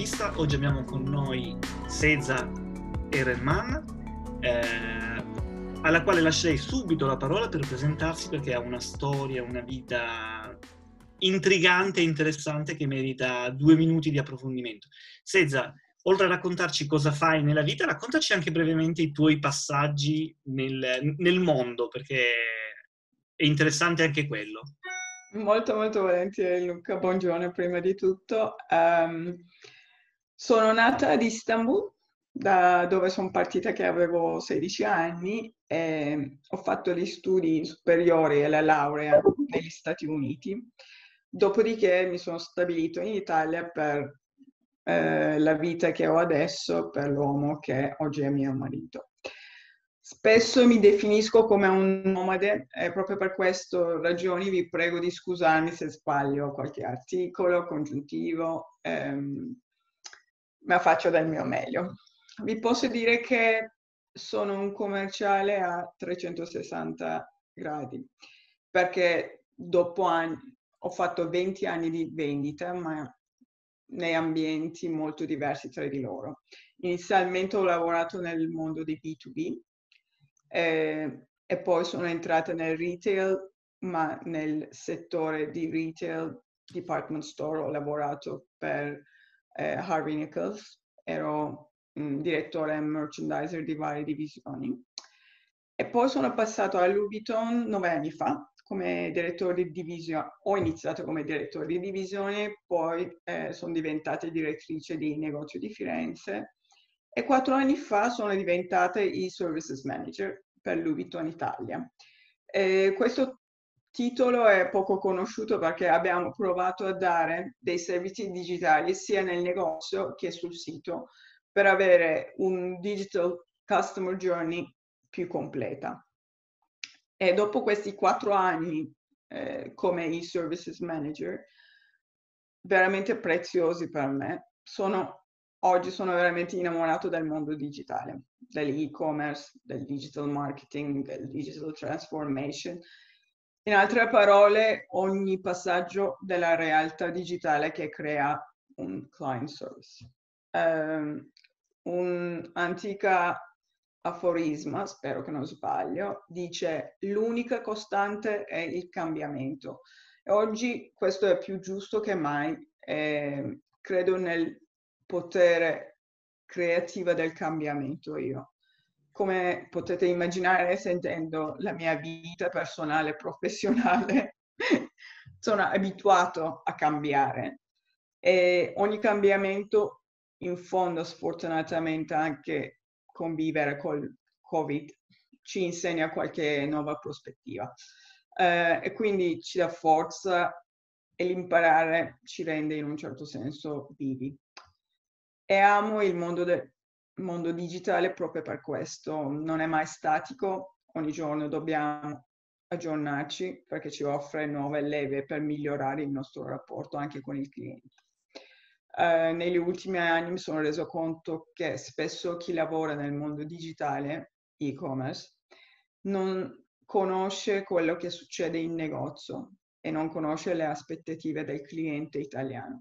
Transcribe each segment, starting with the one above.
intervista. Oggi abbiamo con noi Seza Erenman, alla quale lascerei subito la parola per presentarsi, perché ha una storia, una vita intrigante e interessante che merita 2 minuti di approfondimento. Seza, oltre a raccontarci cosa fai nella vita, raccontaci anche brevemente i tuoi passaggi nel mondo, perché è interessante anche quello. Molto molto volentieri Luca, buongiorno prima di tutto. Sono nata ad Istanbul, da dove sono partita che avevo 16 anni e ho fatto gli studi superiori e la laurea negli Stati Uniti. Dopodiché mi sono stabilito in Italia per la vita che ho adesso, per l'uomo che oggi è mio marito. Spesso mi definisco come un nomade e proprio per queste ragioni vi prego di scusarmi se sbaglio qualche articolo, congiuntivo, ma faccio del mio meglio. Vi posso dire che sono un commerciale a 360 gradi, perché dopo ho fatto 20 anni di vendita, ma nei ambienti molto diversi tra di loro. Inizialmente ho lavorato nel mondo di B2B e poi sono entrata nel retail, ma nel settore di retail department store ho lavorato per Harvey Nichols, ero direttore e merchandiser di varie divisioni. E poi sono passato a Louis Vuitton 9 anni fa come direttore di divisione. Ho iniziato come direttore di divisione, poi sono diventata direttrice di negozio di Firenze e 4 anni fa sono diventata e-services manager per Louis Vuitton Italia. Questo titolo è poco conosciuto perché abbiamo provato a dare dei servizi digitali sia nel negozio che sul sito per avere un digital customer journey più completa. E dopo questi 4 anni come e-services manager, veramente preziosi per me, oggi sono veramente innamorato del mondo digitale, dell'e-commerce, del digital marketing, del digital transformation. In altre parole, ogni passaggio della realtà digitale che crea un client service. Un'antica aforisma, spero che non sbaglio, dice l'unica costante è il cambiamento. E oggi questo è più giusto che mai. Credo nel potere creativo del cambiamento io. Come potete immaginare, sentendo la mia vita personale e professionale, sono abituato a cambiare e ogni cambiamento, in fondo, sfortunatamente anche convivere col Covid ci insegna qualche nuova prospettiva e quindi ci dà forza e l'imparare ci rende in un certo senso vivi. E amo il mondo digitale proprio per questo, non è mai statico, ogni giorno dobbiamo aggiornarci perché ci offre nuove leve per migliorare il nostro rapporto anche con il cliente. Negli ultimi anni mi sono reso conto che spesso chi lavora nel mondo digitale, e-commerce, non conosce quello che succede in negozio e non conosce le aspettative del cliente italiano.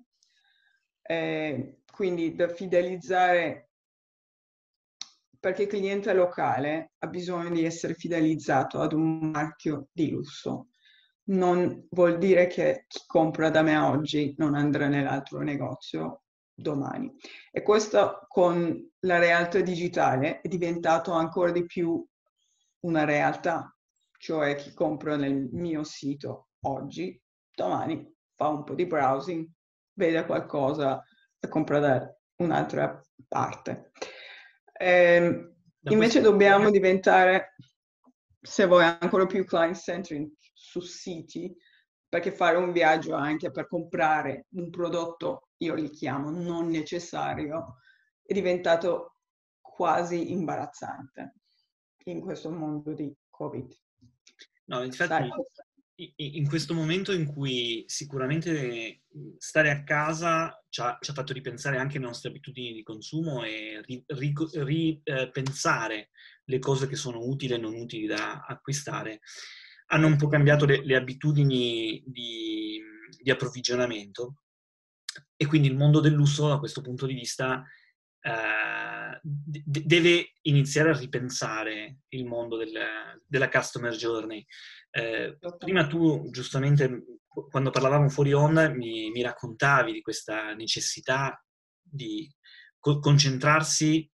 Quindi da fidelizzare, perché il cliente locale ha bisogno di essere fidelizzato ad un marchio di lusso. Non vuol dire che chi compra da me oggi non andrà nell'altro negozio domani. E questo con la realtà digitale è diventato ancora di più una realtà, cioè chi compra nel mio sito oggi, domani fa un po' di browsing, vede qualcosa e compra da un'altra parte. Invece dobbiamo diventare, se vuoi, ancora più client-centric su siti, perché fare un viaggio anche per comprare un prodotto, io li chiamo non necessario, è diventato quasi imbarazzante in questo mondo di Covid. No, infatti, in questo momento in cui sicuramente stare a casa ci ha fatto ripensare anche le nostre abitudini di consumo e ripensare le cose che sono utili e non utili da acquistare, hanno un po' cambiato le abitudini di approvvigionamento. E quindi il mondo del lusso, da questo punto di vista, deve iniziare a ripensare il mondo della customer journey. Prima tu, giustamente, quando parlavamo fuori onda, mi raccontavi di questa necessità di concentrarsi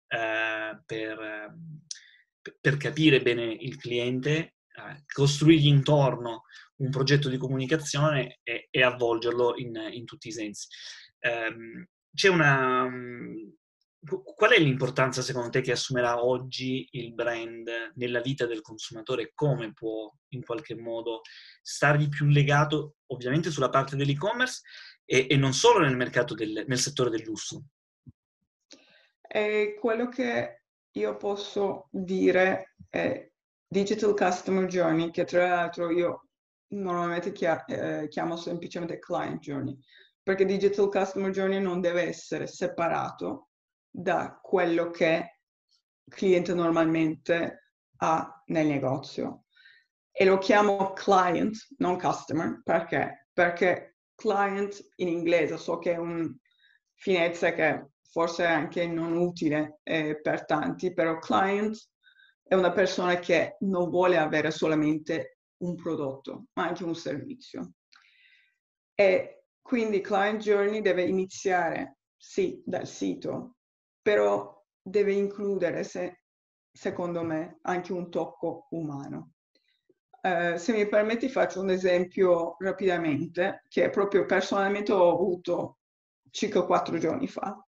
per capire bene il cliente, costruirgli intorno un progetto di comunicazione e avvolgerlo in tutti i sensi. C'è una... Qual è l'importanza, secondo te, che assumerà oggi il brand nella vita del consumatore? Come può, in qualche modo, stargli più legato, ovviamente, sulla parte dell'e-commerce e non solo nel mercato nel settore del lusso? E quello che io posso dire è Digital Customer Journey, che tra l'altro io normalmente chiamo semplicemente Client Journey, perché Digital Customer Journey non deve essere separato da quello che il cliente normalmente ha nel negozio. E lo chiamo client, non customer, perché? Perché client in inglese so che è una finezza che forse è anche non utile per tanti, però client è una persona che non vuole avere solamente un prodotto, ma anche un servizio. E quindi Client Journey deve iniziare, sì, dal sito, però deve includere, secondo me, anche un tocco umano. Se mi permetti faccio un esempio rapidamente, che proprio personalmente ho avuto circa 4 giorni fa.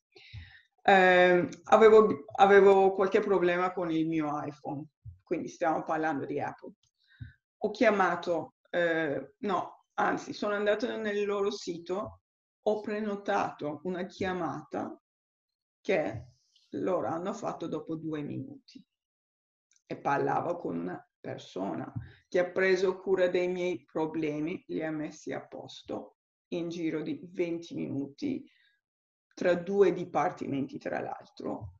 Avevo qualche problema con il mio iPhone, quindi stiamo parlando di Apple. Ho chiamato, no, anzi, sono andato nel loro sito, ho prenotato una chiamata che loro hanno fatto dopo 2 minuti e parlavo con una persona che ha preso cura dei miei problemi, li ha messi a posto in giro di 20 minuti tra 2 dipartimenti tra l'altro.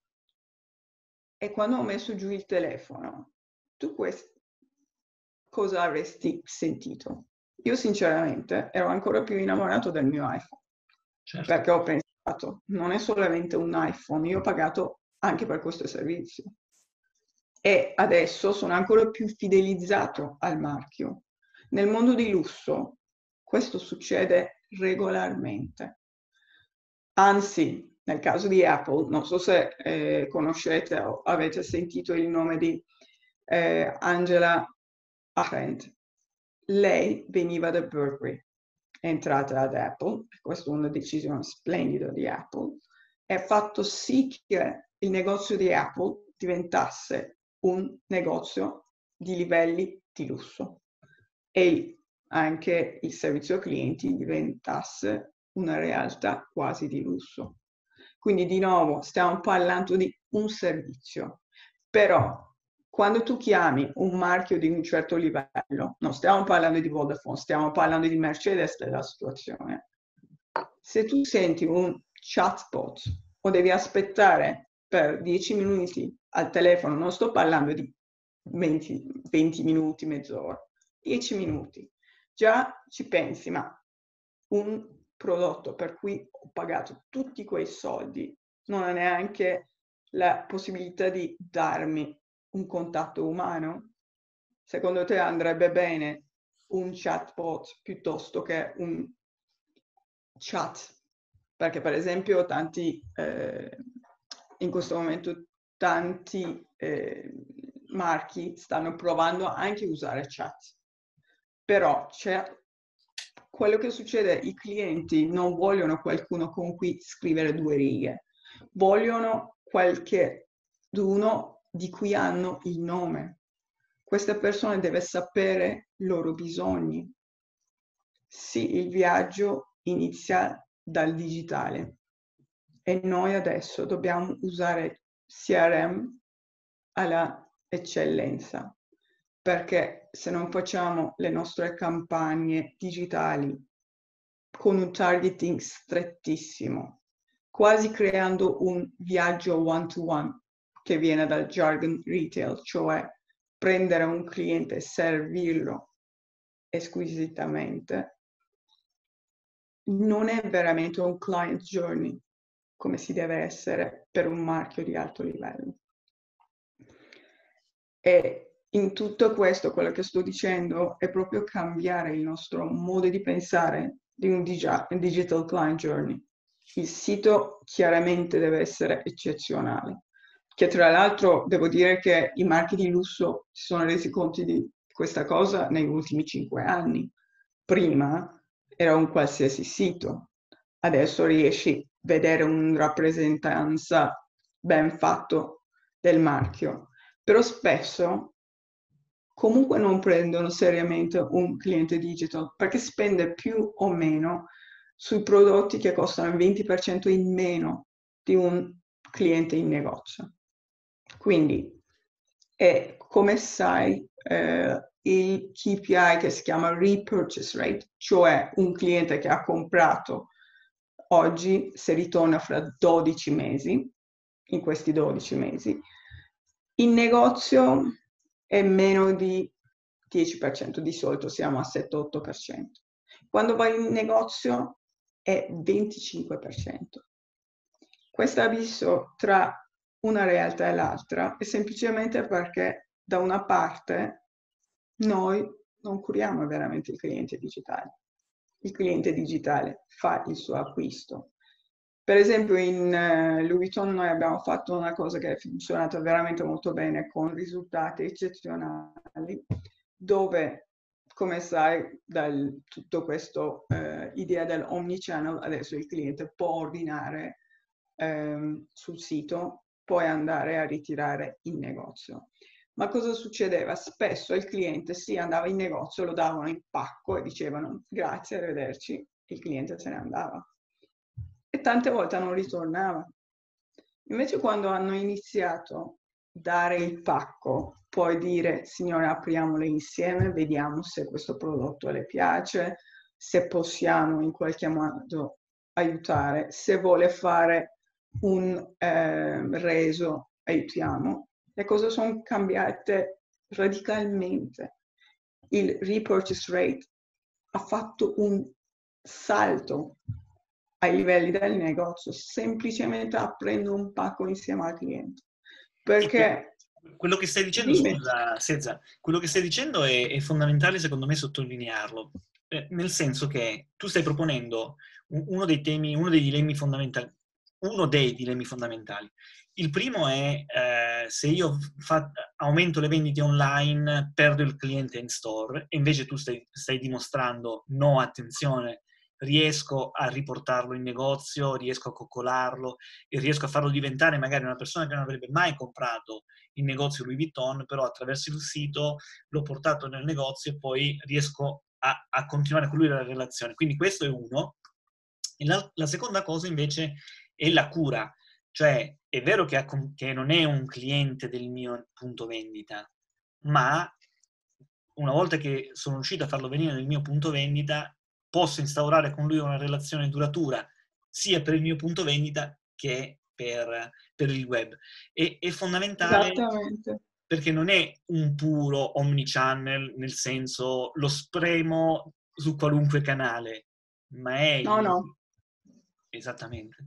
E quando ho messo giù il telefono, tu cosa avresti sentito? Io sinceramente ero ancora più innamorato del mio iPhone, Certo. perché ho pensato, non è solamente un iPhone, io ho pagato anche per questo servizio. E adesso sono ancora più fidelizzato al marchio. Nel mondo di lusso questo succede regolarmente. Anzi, nel caso di Apple, non so se conoscete o avete sentito il nome di Angela Arendt. Lei veniva da Burberry, è entrata ad Apple, questa è una decisione splendida di Apple, e ha fatto sì che il negozio di Apple diventasse un negozio di livelli di lusso e anche il servizio clienti diventasse una realtà quasi di lusso. Quindi di nuovo stiamo parlando di un servizio, però quando tu chiami un marchio di un certo livello, non stiamo parlando di Vodafone, stiamo parlando di Mercedes della situazione. Se tu senti un chatbot o devi aspettare per 10 minuti al telefono, non sto parlando di 20 minuti, mezz'ora, 10 minuti, già ci pensi, ma un prodotto per cui ho pagato tutti quei soldi non ha neanche la possibilità di darmi un contatto umano? Secondo te andrebbe bene un chatbot piuttosto che un chat? Perché per esempio in questo momento tanti marchi stanno provando anche a usare chat. Però quello che succede, i clienti non vogliono qualcuno con cui scrivere 2 righe, vogliono qualcuno di cui hanno il nome. Questa persona deve sapere i loro bisogni. Sì, il viaggio inizia dal digitale e noi adesso dobbiamo usare CRM alla eccellenza, perché se non facciamo le nostre campagne digitali con un targeting strettissimo, quasi creando un viaggio one-to-one che viene dal jargon retail, cioè prendere un cliente e servirlo squisitamente, non è veramente un client journey come si deve essere per un marchio di alto livello. E in tutto questo, quello che sto dicendo è proprio cambiare il nostro modo di pensare di un digital client journey. Il sito chiaramente deve essere eccezionale, che tra l'altro devo dire che i marchi di lusso si sono resi conto di questa cosa negli ultimi 5 anni. Prima era un qualsiasi sito, adesso riesci a vedere una rappresentanza ben fatto del marchio, però spesso comunque non prendono seriamente un cliente digital perché spende più o meno sui prodotti che costano il 20% in meno di un cliente in negozio. Quindi, come sai, il KPI che si chiama repurchase rate, cioè un cliente che ha comprato oggi, se ritorna fra 12 mesi, in questi 12 mesi, in negozio è meno di 10%, di solito siamo a 7-8%. Quando vai in negozio è 25%. Questo abisso tra una realtà e l'altra è semplicemente perché da una parte noi non curiamo veramente il cliente digitale. Il cliente digitale fa il suo acquisto. Per esempio in Louis Vuitton noi abbiamo fatto una cosa che è funzionata veramente molto bene con risultati eccezionali, dove, come sai, tutto questo idea dell'omnichannel, adesso il cliente può ordinare sul sito, poi andare a ritirare in negozio. Ma cosa succedeva? Spesso il cliente andava in negozio, lo davano in pacco e dicevano grazie, arrivederci, il cliente se ne andava. E tante volte non ritornava. Invece quando hanno iniziato a dare il pacco, poi dire signore apriamole insieme, vediamo se questo prodotto le piace, se possiamo in qualche modo aiutare, se vuole fare un reso, aiutiamo. Le cose sono cambiate radicalmente. Il repurchase rate ha fatto un salto ai livelli del negozio, semplicemente aprendo un pacco insieme al cliente. Perché quello che stai dicendo, scusa, Sezza, quello che stai dicendo è fondamentale secondo me sottolinearlo, nel senso che tu stai proponendo uno dei temi, uno dei dilemmi fondamentali. Il primo è se io aumento le vendite online, perdo il cliente in store, e invece tu stai dimostrando no, attenzione, riesco a riportarlo in negozio, riesco a coccolarlo e riesco a farlo diventare magari una persona che non avrebbe mai comprato in negozio Louis Vuitton, però attraverso il sito l'ho portato nel negozio e poi riesco a continuare con lui la relazione. Quindi questo è uno. E la seconda cosa invece è la cura. Cioè, è vero che non è un cliente del mio punto vendita, ma una volta che sono riuscito a farlo venire nel mio punto vendita, posso instaurare con lui una relazione duratura, sia per il mio punto vendita che per il web. È fondamentale perché non è un puro omnichannel, nel senso lo spremo su qualunque canale, ma è... No. Esattamente.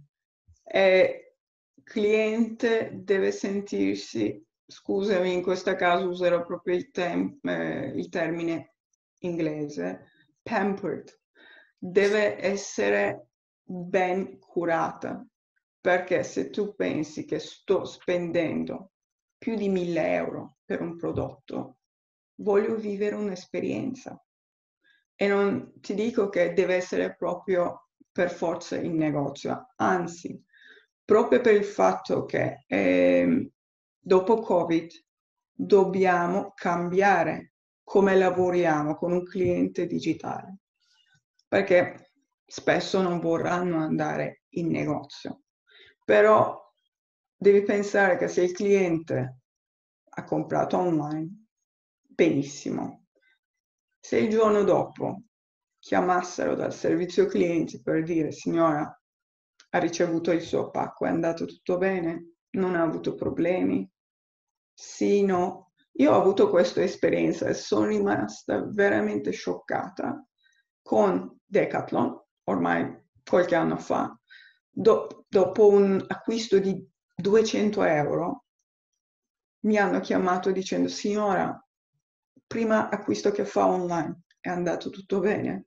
Cliente deve sentirsi, scusami, in questo caso userò proprio il termine inglese, pampered, deve essere ben curata, perché se tu pensi che sto spendendo più di 1.000 euro per un prodotto, voglio vivere un'esperienza. E non ti dico che deve essere proprio per forza in negozio, anzi, proprio per il fatto che dopo Covid dobbiamo cambiare come lavoriamo con un cliente digitale, perché spesso non vorranno andare in negozio. Però devi pensare che se il cliente ha comprato online, benissimo. Se il giorno dopo chiamassero dal servizio clienti per dire signora ha ricevuto il suo pacco, è andato tutto bene, non ha avuto problemi, sì, no. Io ho avuto questa esperienza e sono rimasta veramente scioccata con Decathlon, ormai qualche anno fa, dopo un acquisto di 200 euro, mi hanno chiamato dicendo: signora, prima acquisto che fa online, è andato tutto bene?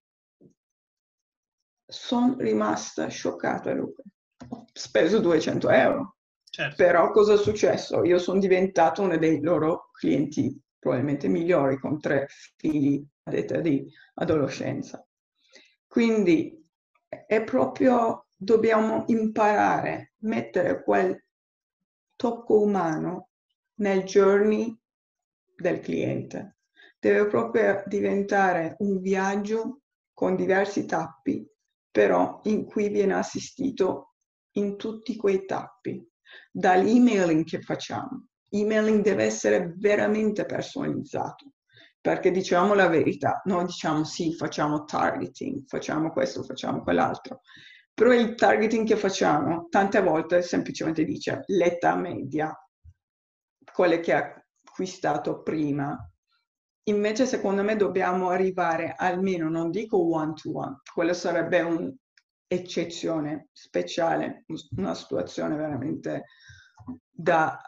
Sono rimasta scioccata, Luca. Ho speso 200 euro. Certo. Però cosa è successo? Io sono diventato uno dei loro clienti probabilmente migliori, con 3 figli ad età di adolescenza. Quindi è proprio, dobbiamo imparare a mettere quel tocco umano nel journey del cliente. Deve proprio diventare un viaggio con diversi tappi, però in cui viene assistito in tutti quei tappi. Dall'emailing che facciamo. Emailing deve essere veramente personalizzato, perché diciamo la verità, noi diciamo sì, facciamo targeting, facciamo questo, facciamo quell'altro, però il targeting che facciamo tante volte semplicemente dice l'età media, quelle che ha acquistato prima. Invece secondo me dobbiamo arrivare almeno, non dico one to one, quello sarebbe un'eccezione speciale, una situazione veramente da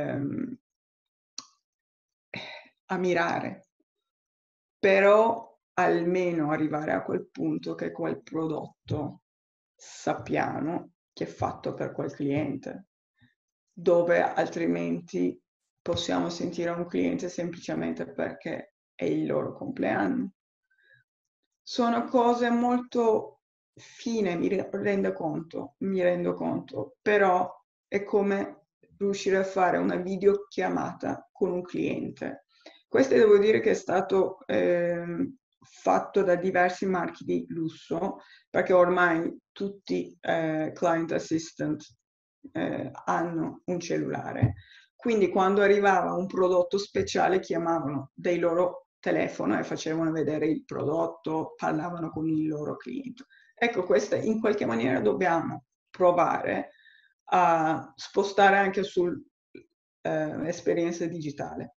ammirare, però almeno arrivare a quel punto che quel prodotto sappiamo che è fatto per quel cliente, dove altrimenti possiamo sentire un cliente semplicemente perché è il loro compleanno. Sono cose molto fine, mi rendo conto, però è come riuscire a fare una videochiamata con un cliente. Questo devo dire che è stato fatto da diversi marchi di lusso, perché ormai tutti client assistant hanno un cellulare. Quindi quando arrivava un prodotto speciale chiamavano dei loro telefono e facevano vedere il prodotto, parlavano con il loro cliente. Ecco, questa in qualche maniera dobbiamo provare a spostare anche sull'esperienza digitale.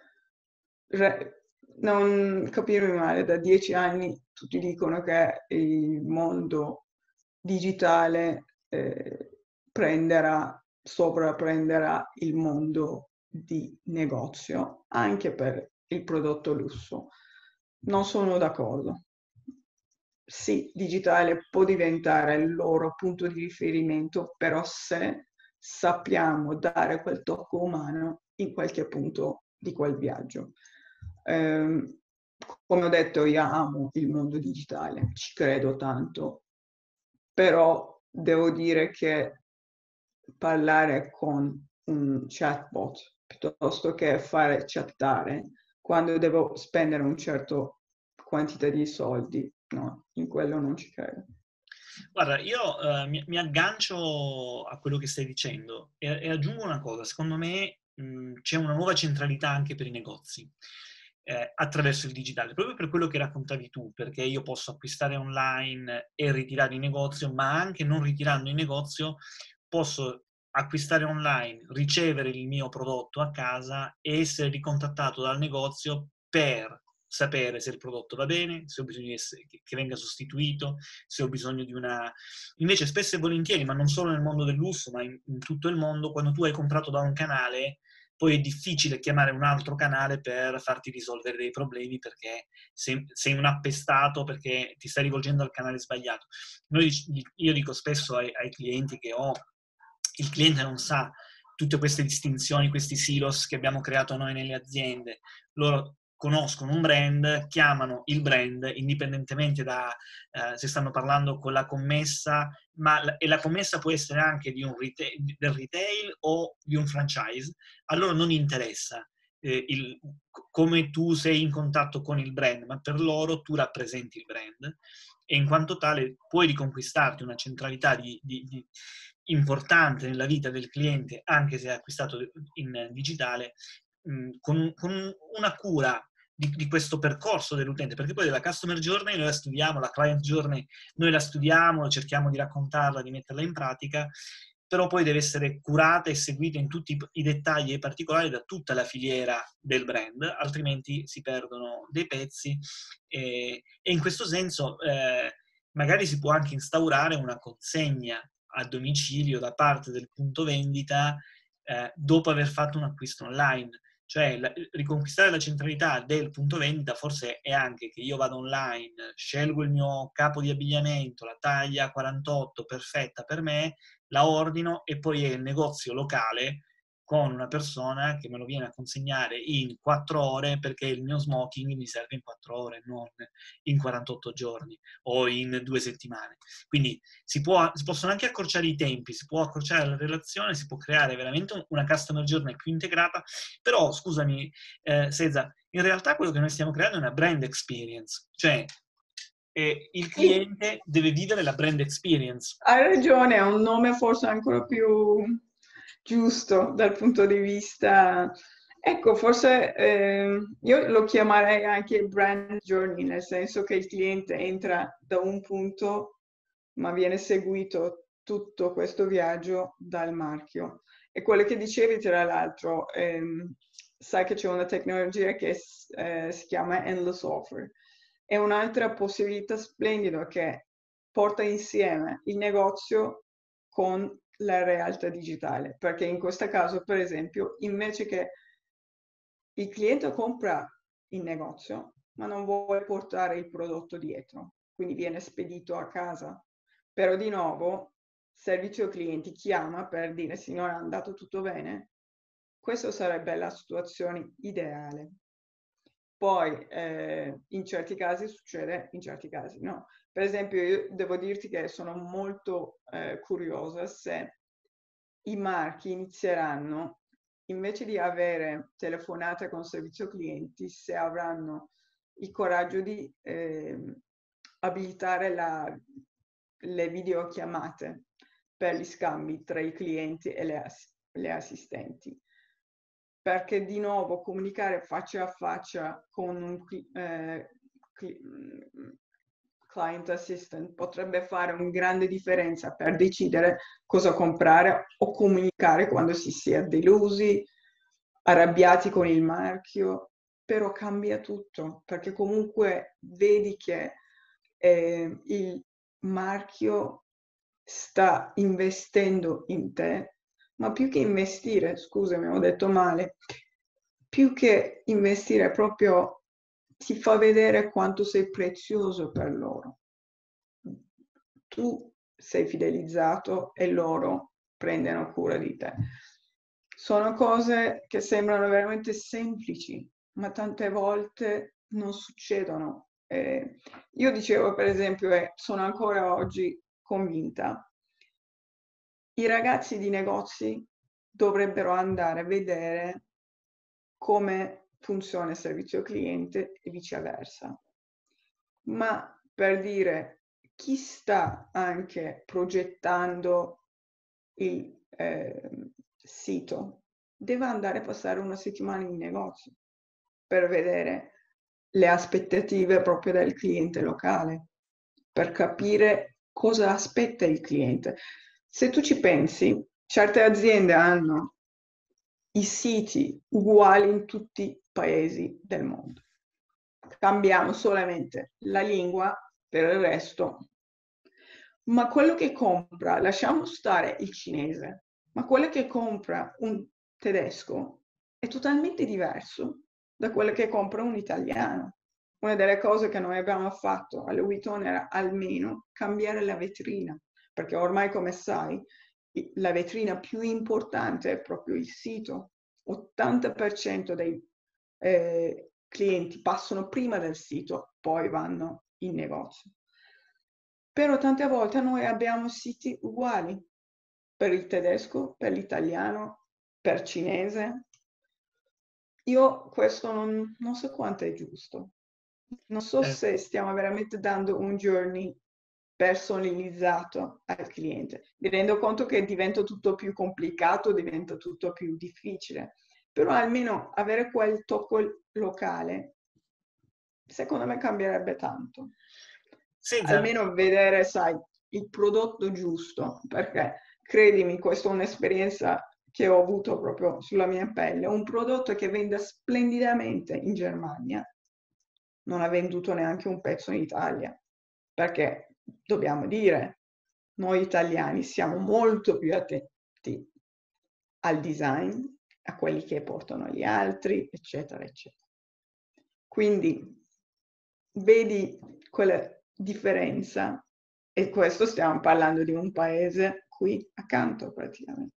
Non capirmi male, da 10 anni tutti dicono che il mondo digitale sovraprenderà il mondo di negozio, anche per il prodotto lusso. Non sono d'accordo. Sì, digitale può diventare il loro punto di riferimento, però se sappiamo dare quel tocco umano in qualche punto di quel viaggio. Come ho detto, io amo il mondo digitale, ci credo tanto, però devo dire che parlare con un chatbot piuttosto che fare chattare quando devo spendere un certo quantità di soldi, no, in quello non ci credo. Guarda, io mi aggancio a quello che stai dicendo e aggiungo una cosa. Secondo me c'è una nuova centralità anche per i negozi attraverso il digitale, proprio per quello che raccontavi tu, perché io posso acquistare online e ritirare in negozio, ma anche non ritirando in negozio posso acquistare online, ricevere il mio prodotto a casa e essere ricontattato dal negozio per sapere se il prodotto va bene, se ho bisogno che venga sostituito, se ho bisogno di una... Invece spesso e volentieri, ma non solo nel mondo del lusso, ma in tutto il mondo, quando tu hai comprato da un canale, poi è difficile chiamare un altro canale per farti risolvere dei problemi perché sei un appestato, perché ti stai rivolgendo al canale sbagliato. Io dico spesso ai clienti che il cliente non sa tutte queste distinzioni, questi silos che abbiamo creato noi nelle aziende. Loro conoscono un brand, chiamano il brand, indipendentemente da se stanno parlando con la commessa, e la commessa può essere anche del retail o di un franchise, a loro non interessa come tu sei in contatto con il brand, ma per loro tu rappresenti il brand e in quanto tale puoi riconquistarti una centralità importante nella vita del cliente, anche se è acquistato in digitale, con una cura di questo percorso dell'utente, perché poi la customer journey noi la studiamo, la client journey noi la studiamo, cerchiamo di raccontarla, di metterla in pratica, però poi deve essere curata e seguita in tutti i dettagli e i particolari da tutta la filiera del brand, altrimenti si perdono dei pezzi e in questo senso magari si può anche instaurare una consegna a domicilio da parte del punto vendita dopo aver fatto un acquisto online. Cioè, riconquistare la centralità del punto vendita forse è anche che io vado online, scelgo il mio capo di abbigliamento, la taglia 48 perfetta per me, la ordino e poi è il negozio locale con una persona che me lo viene a consegnare in 4 ore perché il mio smoking mi serve in 4 ore, non in 48 giorni o in 2 settimane. Quindi si possono anche accorciare i tempi, si può accorciare la relazione, si può creare veramente una customer journey più integrata, però scusami Seza, in realtà quello che noi stiamo creando è una brand experience, cioè il Sì, cliente deve vivere la brand experience. hai ragione, è un nome forse ancora più giusto dal punto di vista... Ecco, forse io lo chiamerei anche brand journey, nel senso che il cliente entra da un punto, ma viene seguito tutto questo viaggio dal marchio. E quello che dicevi, tra l'altro, sai che c'è una tecnologia che si chiama Endless Offer. È un'altra possibilità splendida che porta insieme il negozio con la realtà digitale, perché in questo caso, per esempio, invece che il cliente compra in negozio, ma non vuole portare il prodotto dietro, quindi viene spedito a casa. Però di nuovo, servizio clienti chiama per dire signora, è andato tutto bene? Questa sarebbe la situazione ideale. Poi in certi casi succede, in certi casi no. Per esempio, io devo dirti che sono molto curiosa se i marchi inizieranno, invece di avere telefonate con servizio clienti, se avranno il coraggio di abilitare le videochiamate per gli scambi tra i clienti e le assistenti. Perché di nuovo comunicare faccia a faccia con un client assistant potrebbe fare una grande differenza per decidere cosa comprare o comunicare quando si è delusi, arrabbiati con il marchio, però cambia tutto, perché comunque vedi che il marchio sta investendo in te, ma più che investire, scusami, ho detto male, più che investire proprio ti fa vedere quanto sei prezioso per loro. Tu sei fidelizzato e loro prendono cura di te. Sono cose che sembrano veramente semplici, ma tante volte non succedono. Io dicevo, per esempio, e sono ancora oggi convinta, i ragazzi di negozi dovrebbero andare a vedere come funziona il servizio cliente e viceversa. Ma per dire, chi sta anche progettando il sito deve andare a passare una settimana in negozio per vedere le aspettative proprio del cliente locale, per capire cosa aspetta il cliente. Se tu ci pensi, certe aziende hanno i siti uguali in tutti i paesi del mondo. Cambiamo solamente la lingua, per il resto. Ma quello che compra, lasciamo stare il cinese, ma quello che compra un tedesco è totalmente diverso da quello che compra un italiano. Una delle cose che noi abbiamo fatto a Louis Vuitton era almeno cambiare la vetrina, perché ormai, come sai, la vetrina più importante è proprio il sito. 80% dei clienti passano prima del sito, poi vanno in negozio. Però tante volte noi abbiamo siti uguali per il tedesco, per l'italiano, per cinese. Io questo non so quanto è giusto. Non so se stiamo veramente dando un journey personalizzato al cliente. Mi rendo conto che diventa tutto più complicato, diventa tutto più difficile, però almeno avere quel tocco locale, secondo me cambierebbe tanto. Senza, Almeno vedere, sai, il prodotto giusto, perché credimi, questa è un'esperienza che ho avuto proprio sulla mia pelle. Un prodotto che vende splendidamente in Germania non ha venduto neanche un pezzo in Italia, perché dobbiamo dire, noi italiani siamo molto più attenti al design, a quelli che portano gli altri, eccetera, eccetera. Quindi vedi quella differenza, e questo stiamo parlando di un paese qui accanto praticamente.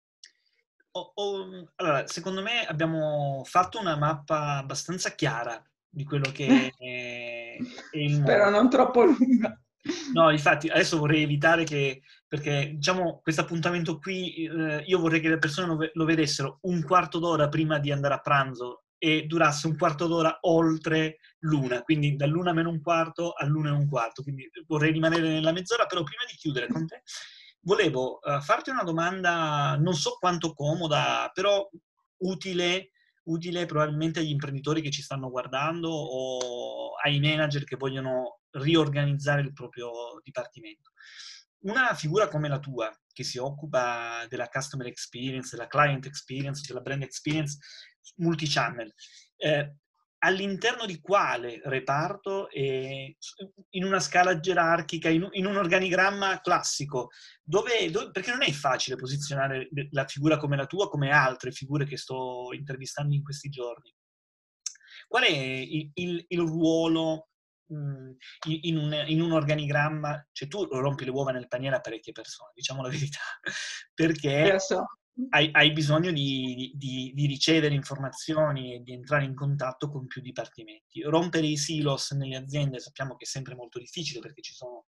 Allora, secondo me abbiamo fatto una mappa abbastanza chiara di quello che è il Spero mondo. non troppo lunga. No, infatti, adesso vorrei evitare che, perché diciamo questo appuntamento qui, io vorrei che le persone lo vedessero un quarto d'ora prima di andare a pranzo e durasse un quarto d'ora oltre l'una, quindi dall'una meno un quarto all'una e un quarto, quindi vorrei rimanere nella mezz'ora, però prima di chiudere con te, volevo farti una domanda, non so quanto comoda, però utile probabilmente agli imprenditori che ci stanno guardando o ai manager che vogliono riorganizzare il proprio dipartimento. Una figura come la tua, che si occupa della customer experience, della client experience, della brand experience multichannel, all'interno di quale reparto in una scala gerarchica, in un organigramma classico, perché non è facile posizionare la figura come la tua, come altre figure che sto intervistando in questi giorni. Qual è il ruolo in un organigramma? Cioè tu rompi le uova nel paniere a parecchie persone, diciamo la verità, perché Lo so. hai bisogno di ricevere informazioni e di entrare in contatto con più dipartimenti. Rompere i silos nelle aziende sappiamo che è sempre molto difficile perché ci sono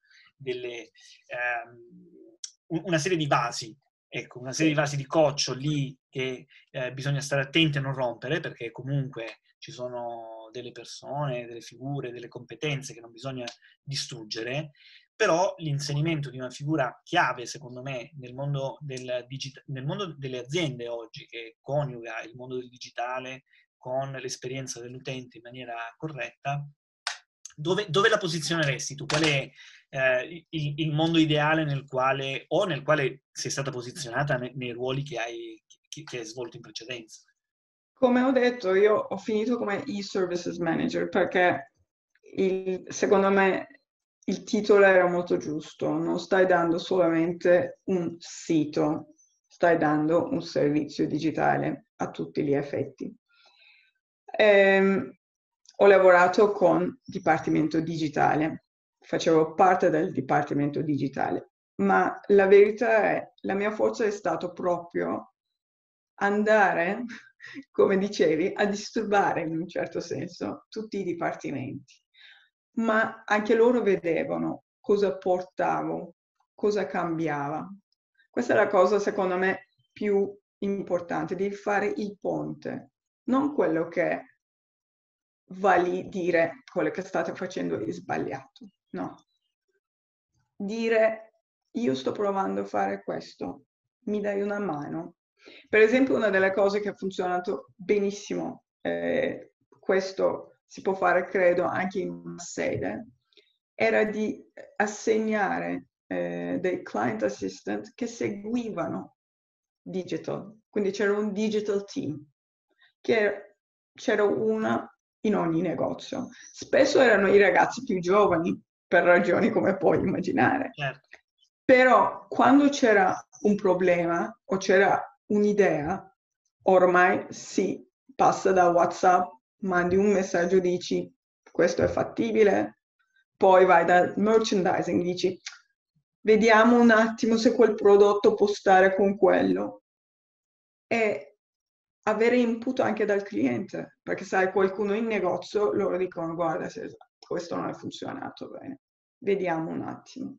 una serie di vasi, ecco, una serie di vasi di coccio lì che bisogna stare attenti a non rompere perché comunque ci sono delle persone, delle figure, delle competenze che non bisogna distruggere, però l'inserimento di una figura chiave, secondo me, nel mondo delle aziende oggi, che coniuga il mondo del digitale con l'esperienza dell'utente in maniera corretta, dove la posizioneresti tu? Qual è il mondo ideale nel quale sei stata posizionata nei ruoli che hai svolto in precedenza? Come ho detto, io ho finito come e-services manager perché secondo me il titolo era molto giusto. Non stai dando solamente un sito, stai dando un servizio digitale a tutti gli effetti. Ho lavorato con Dipartimento Digitale, facevo parte del Dipartimento Digitale, ma la verità è, la mia forza è stato proprio andare, come dicevi, a disturbare in un certo senso tutti i dipartimenti. Ma anche loro vedevano cosa portavo, cosa cambiava. Questa è la cosa, secondo me, più importante, di fare il ponte, non quello che va lì dire quello che state facendo è sbagliato, no. Dire io sto provando a fare questo, mi dai una mano? Per esempio una delle cose che ha funzionato benissimo, questo si può fare credo anche in una sede, era di assegnare dei client assistant che seguivano digital, quindi c'era un digital team, c'era una in ogni negozio. Spesso erano i ragazzi più giovani, per ragioni come puoi immaginare. Certo. Però quando c'era un problema o c'era un'idea, ormai si passa da WhatsApp, mandi un messaggio, dici questo è fattibile, poi vai dal merchandising, dici vediamo un attimo se quel prodotto può stare con quello. E avere input anche dal cliente, perché sai, qualcuno in negozio loro dicono guarda, se questo non è funzionato bene, vediamo un attimo.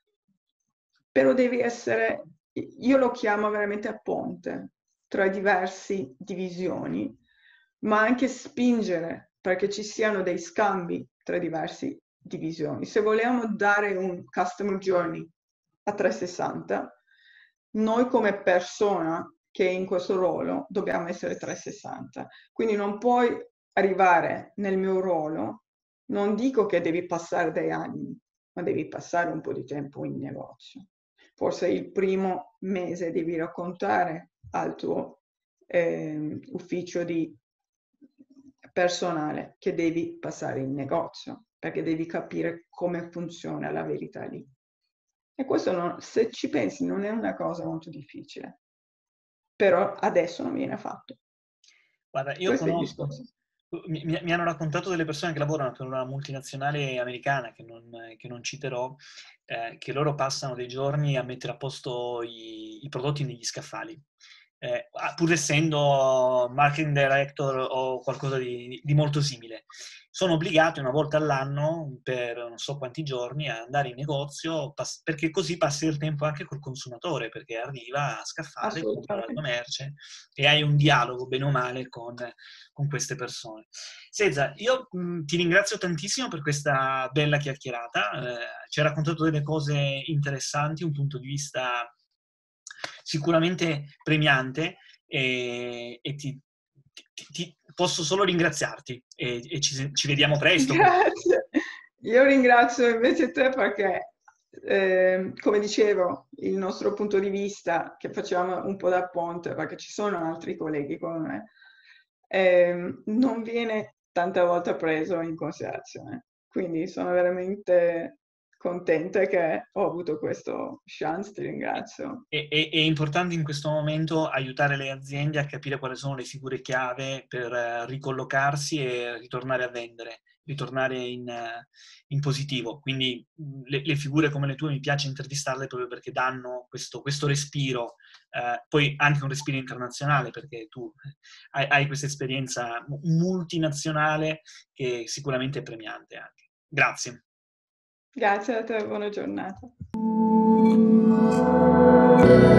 Però devi essere, io lo chiamo veramente a ponte tra diverse divisioni, ma anche spingere perché ci siano dei scambi tra diverse divisioni. Se vogliamo dare un customer journey a 360, noi come persona che è in questo ruolo dobbiamo essere 360. Quindi non puoi arrivare nel mio ruolo, non dico che devi passare dei anni, ma devi passare un po' di tempo in negozio. Forse il primo mese devi raccontare al tuo ufficio di personale che devi passare in negozio. perché devi capire come funziona la verità lì. E questo, se ci pensi, non è una cosa molto difficile, però adesso non viene fatto. Guarda, io Questo è il conosco, discorso. mi hanno raccontato delle persone che lavorano per una multinazionale americana, che non citerò, che loro passano dei giorni a mettere a posto i prodotti negli scaffali. Pur essendo marketing director o qualcosa di molto simile. Sono obbligati una volta all'anno, per non so quanti giorni, a andare in negozio, perché così passi il tempo anche col consumatore, perché arriva a scaffale, compra la tua Assolutamente. merce e hai un dialogo, bene o male, con queste persone. Seza, io ti ringrazio tantissimo per questa bella chiacchierata, ci hai raccontato delle cose interessanti, un punto di vista sicuramente premiante e posso solo ringraziarti e ci vediamo presto. Grazie. Io ringrazio invece te perché, come dicevo, il nostro punto di vista, che facciamo un po' da ponte, perché ci sono altri colleghi come me, non viene tanta volta preso in considerazione. Quindi sono veramente contenta che ho avuto questo chance, ti ringrazio. È importante in questo momento aiutare le aziende a capire quali sono le figure chiave per ricollocarsi e ritornare a vendere, ritornare in positivo. Quindi le figure come le tue mi piace intervistarle proprio perché danno questo respiro, poi anche un respiro internazionale, perché tu hai questa esperienza multinazionale che sicuramente è premiante anche. Grazie. Grazie a te, buona giornata.